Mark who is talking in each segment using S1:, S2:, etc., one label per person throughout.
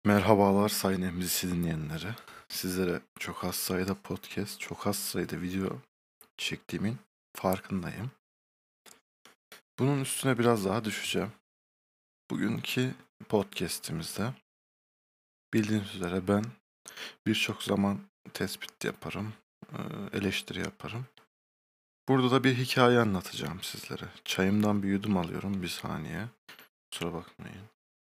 S1: Merhabalar sayın MZC dinleyenleri. Sizlere çok az sayıda podcast, çok az sayıda video çektiğimin farkındayım. Bunun üstüne biraz daha düşeceğim. Bugünkü podcast'imizde bildiğiniz üzere ben birçok zaman tespit yaparım, eleştiri yaparım. Burada da bir hikaye anlatacağım sizlere. Çayımdan bir yudum alıyorum, bir saniye. Kusura bakmayın.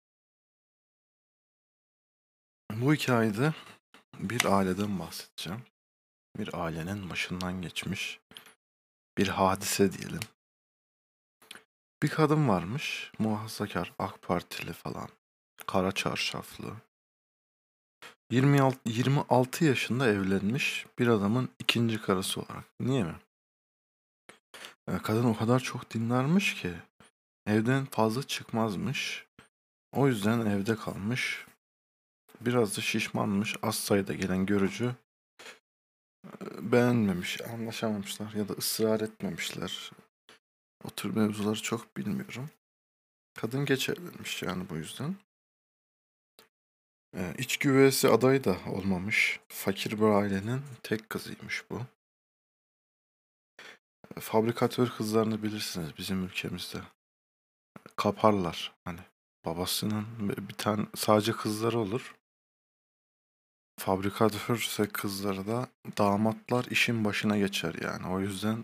S1: Bu hikayede bir aileden bahsedeceğim. Bir ailenin başından geçmiş bir hadise diyelim. Bir kadın varmış, muhafazakar, AK Partili falan, kara çarşaflı. 26 yaşında evlenmiş bir adamın ikinci karısı olarak. Niye mi? Kadın o kadar çok dinlermiş ki evden fazla çıkmazmış. O yüzden evde kalmış. Biraz da şişmanmış. Az sayıda gelen görücü beğenmemiş, anlaşamamışlar ya da ısrar etmemişler. O tür mevzuları çok bilmiyorum. Kadın geç evlenmiş yani bu yüzden. İç güveysi adayı da olmamış. Fakir bir ailenin tek kızıymış bu. Fabrikatör kızlarını bilirsiniz bizim ülkemizde. Kaparlar hani. Babasının bir tane sadece kızları olur. Fabrikatörse kızları da damatlar işin başına geçer yani. O yüzden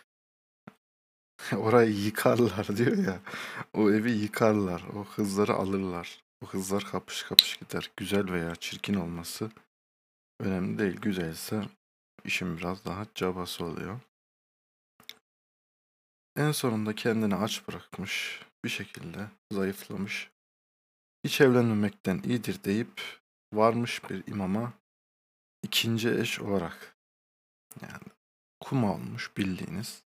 S1: orayı yıkarlar diyor ya. O evi yıkarlar. O kızları alırlar. O kızlar kapış kapış gider. Güzel veya çirkin olması önemli değil. Güzelse işin biraz daha cabası oluyor. En sonunda kendini aç bırakmış, bir şekilde zayıflamış. Hiç evlenmemekten iyidir deyip varmış bir imama ikinci eş olarak, yani kuma olmuş bildiğiniz.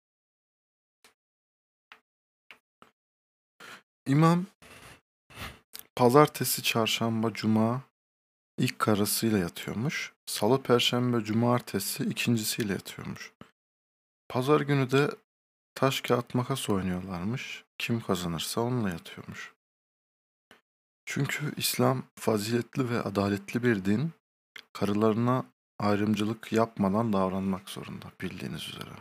S1: İmam pazartesi, çarşamba, cuma ilk karısıyla yatıyormuş. Salı, perşembe, cumartesi ikincisiyle yatıyormuş. Pazar günü de taş kağıt makas oynuyorlarmış. Kim kazanırsa onunla yatıyormuş. Çünkü İslam faziletli ve adaletli bir din, karılarına ayrımcılık yapmadan davranmak zorunda bildiğiniz üzere.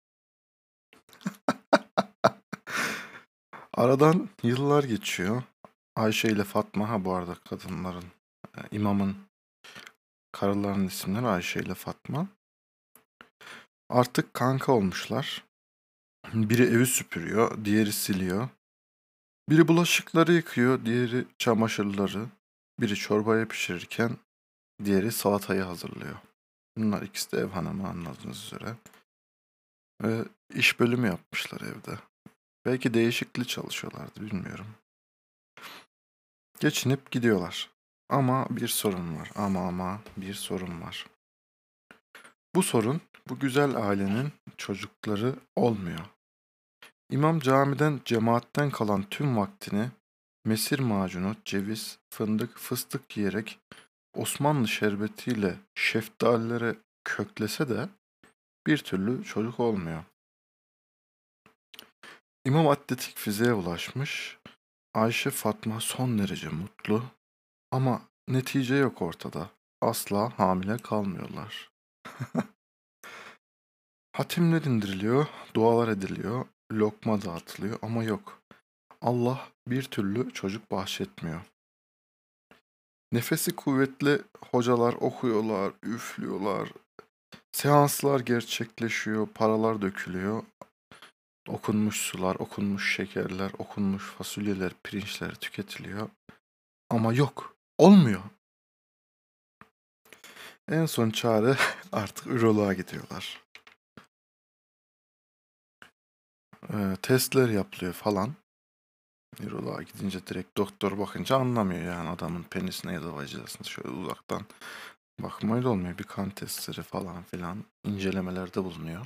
S1: Aradan yıllar geçiyor. Ayşe ile Fatma, ha bu arada kadınların, imamın karılarının isimleri Ayşe ile Fatma. Artık kanka olmuşlar. Biri evi süpürüyor, diğeri siliyor. Biri bulaşıkları yıkıyor, diğeri çamaşırları. Biri çorbayı pişirirken diğeri salatayı hazırlıyor. Bunlar ikisi de ev hanımı anladığınız üzere. Ve iş bölümü yapmışlar evde. Belki değişikli çalışıyorlardı bilmiyorum. Geçinip gidiyorlar. Ama bir sorun var. Ama bir sorun var. Bu sorun bu güzel ailenin çocukları olmuyor. İmam camiden cemaatten kalan tüm vaktini mesir macunu, ceviz, fındık, fıstık yiyerek Osmanlı şerbetiyle şeftalilere köklese de bir türlü çocuk olmuyor. İmam atletik fiziğe ulaşmış. Ayşe Fatma son derece mutlu ama netice yok ortada. Asla hamile kalmıyorlar. Hatimler indiriliyor, dualar ediliyor, lokma dağıtılıyor ama yok. Allah bir türlü çocuk bahşetmiyor. Nefesi kuvvetli hocalar okuyorlar, üflüyorlar. Seanslar gerçekleşiyor, paralar dökülüyor. Okunmuş sular, okunmuş şekerler, okunmuş fasulyeler, pirinçler tüketiliyor. Ama yok, olmuyor. En son çare artık üroloğa gidiyorlar. Testler yapılıyor falan. Üroloğa gidince direkt doktor bakınca anlamıyor yani adamın penisine ya da vajinisine şöyle uzaktan bakmayla olmuyor. Bir kan testleri falan filan incelemelerde bulunuyor.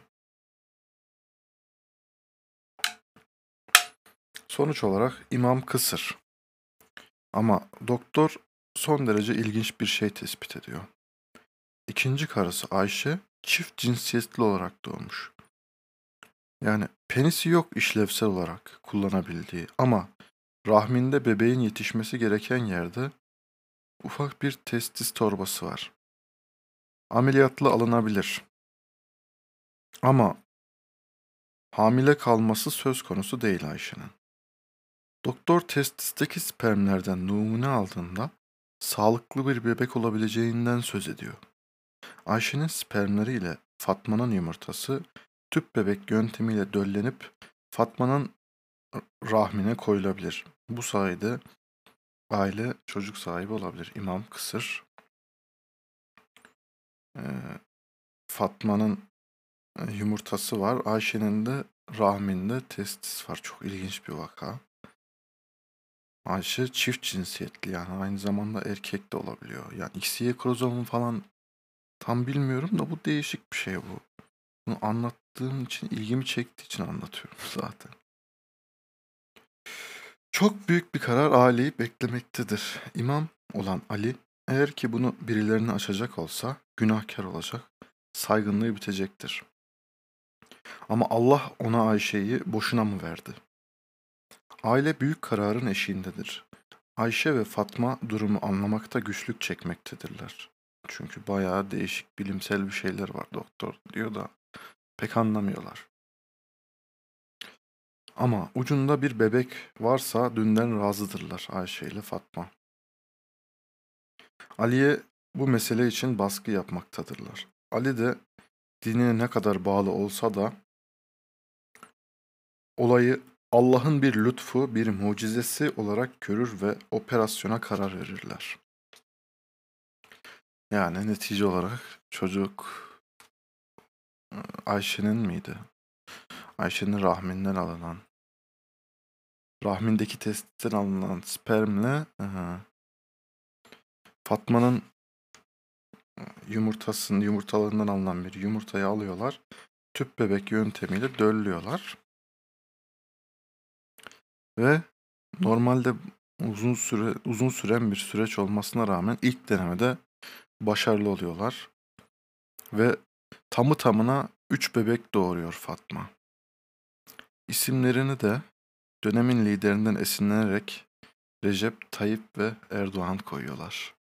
S1: Sonuç olarak imam kısır. Ama doktor son derece ilginç bir şey tespit ediyor. İkinci karısı Ayşe çift cinsiyetli olarak doğmuş. Yani penisi yok işlevsel olarak kullanabildiği ama rahminde bebeğin yetişmesi gereken yerde ufak bir testis torbası var. Ameliyatla alınabilir. Ama hamile kalması söz konusu değil Ayşe'nin. Doktor testisteki spermlerden numune aldığında sağlıklı bir bebek olabileceğinden söz ediyor. Ayşe'nin spermleri ile Fatma'nın yumurtası tüp bebek yöntemiyle döllenip Fatma'nın rahmine koyulabilir. Bu sayede aile çocuk sahibi olabilir. İmam Kısır, e, Fatma'nın yumurtası var. Ayşe'nin de rahminde testis var. Çok ilginç bir vaka. Ayşe çift cinsiyetli, yani aynı zamanda erkek de olabiliyor. Yani XY kromozomu falan tam bilmiyorum da bu değişik bir şey bu. Bunu anlattığım için, ilgimi çektiği için anlatıyorum zaten. Çok büyük bir karar aileyi beklemektedir. İmam olan Ali, eğer ki bunu birilerine açacak olsa günahkar olacak, saygınlığı bitecektir. Ama Allah ona Ayşe'yi boşuna mı verdi? Aile büyük kararın eşiğindedir. Ayşe ve Fatma durumu anlamakta güçlük çekmektedirler. Çünkü bayağı değişik bilimsel bir şeyler var, doktor diyor da pek anlamıyorlar. Ama ucunda bir bebek varsa dünden razıdırlar Ayşe ile Fatma. Ali'ye bu mesele için baskı yapmaktadırlar. Ali de dinine ne kadar bağlı olsa da olayı Allah'ın bir lütfu, bir mucizesi olarak görür ve operasyona karar verirler. Yani netice olarak çocuk Ayşe'nin miydi? Ayşe'nin rahminden alınan, rahmindeki testten alınan spermle Fatma'nın yumurtalarından alınan bir yumurtayı alıyorlar. Tüp bebek yöntemiyle döllüyorlar. Ve normalde uzun süren bir süreç olmasına rağmen ilk denemede başarılı oluyorlar. Ve tamı tamına 3 bebek doğuruyor Fatma. İsimlerini de dönemin liderinden esinlenerek Recep Tayyip ve Erdoğan koyuyorlar.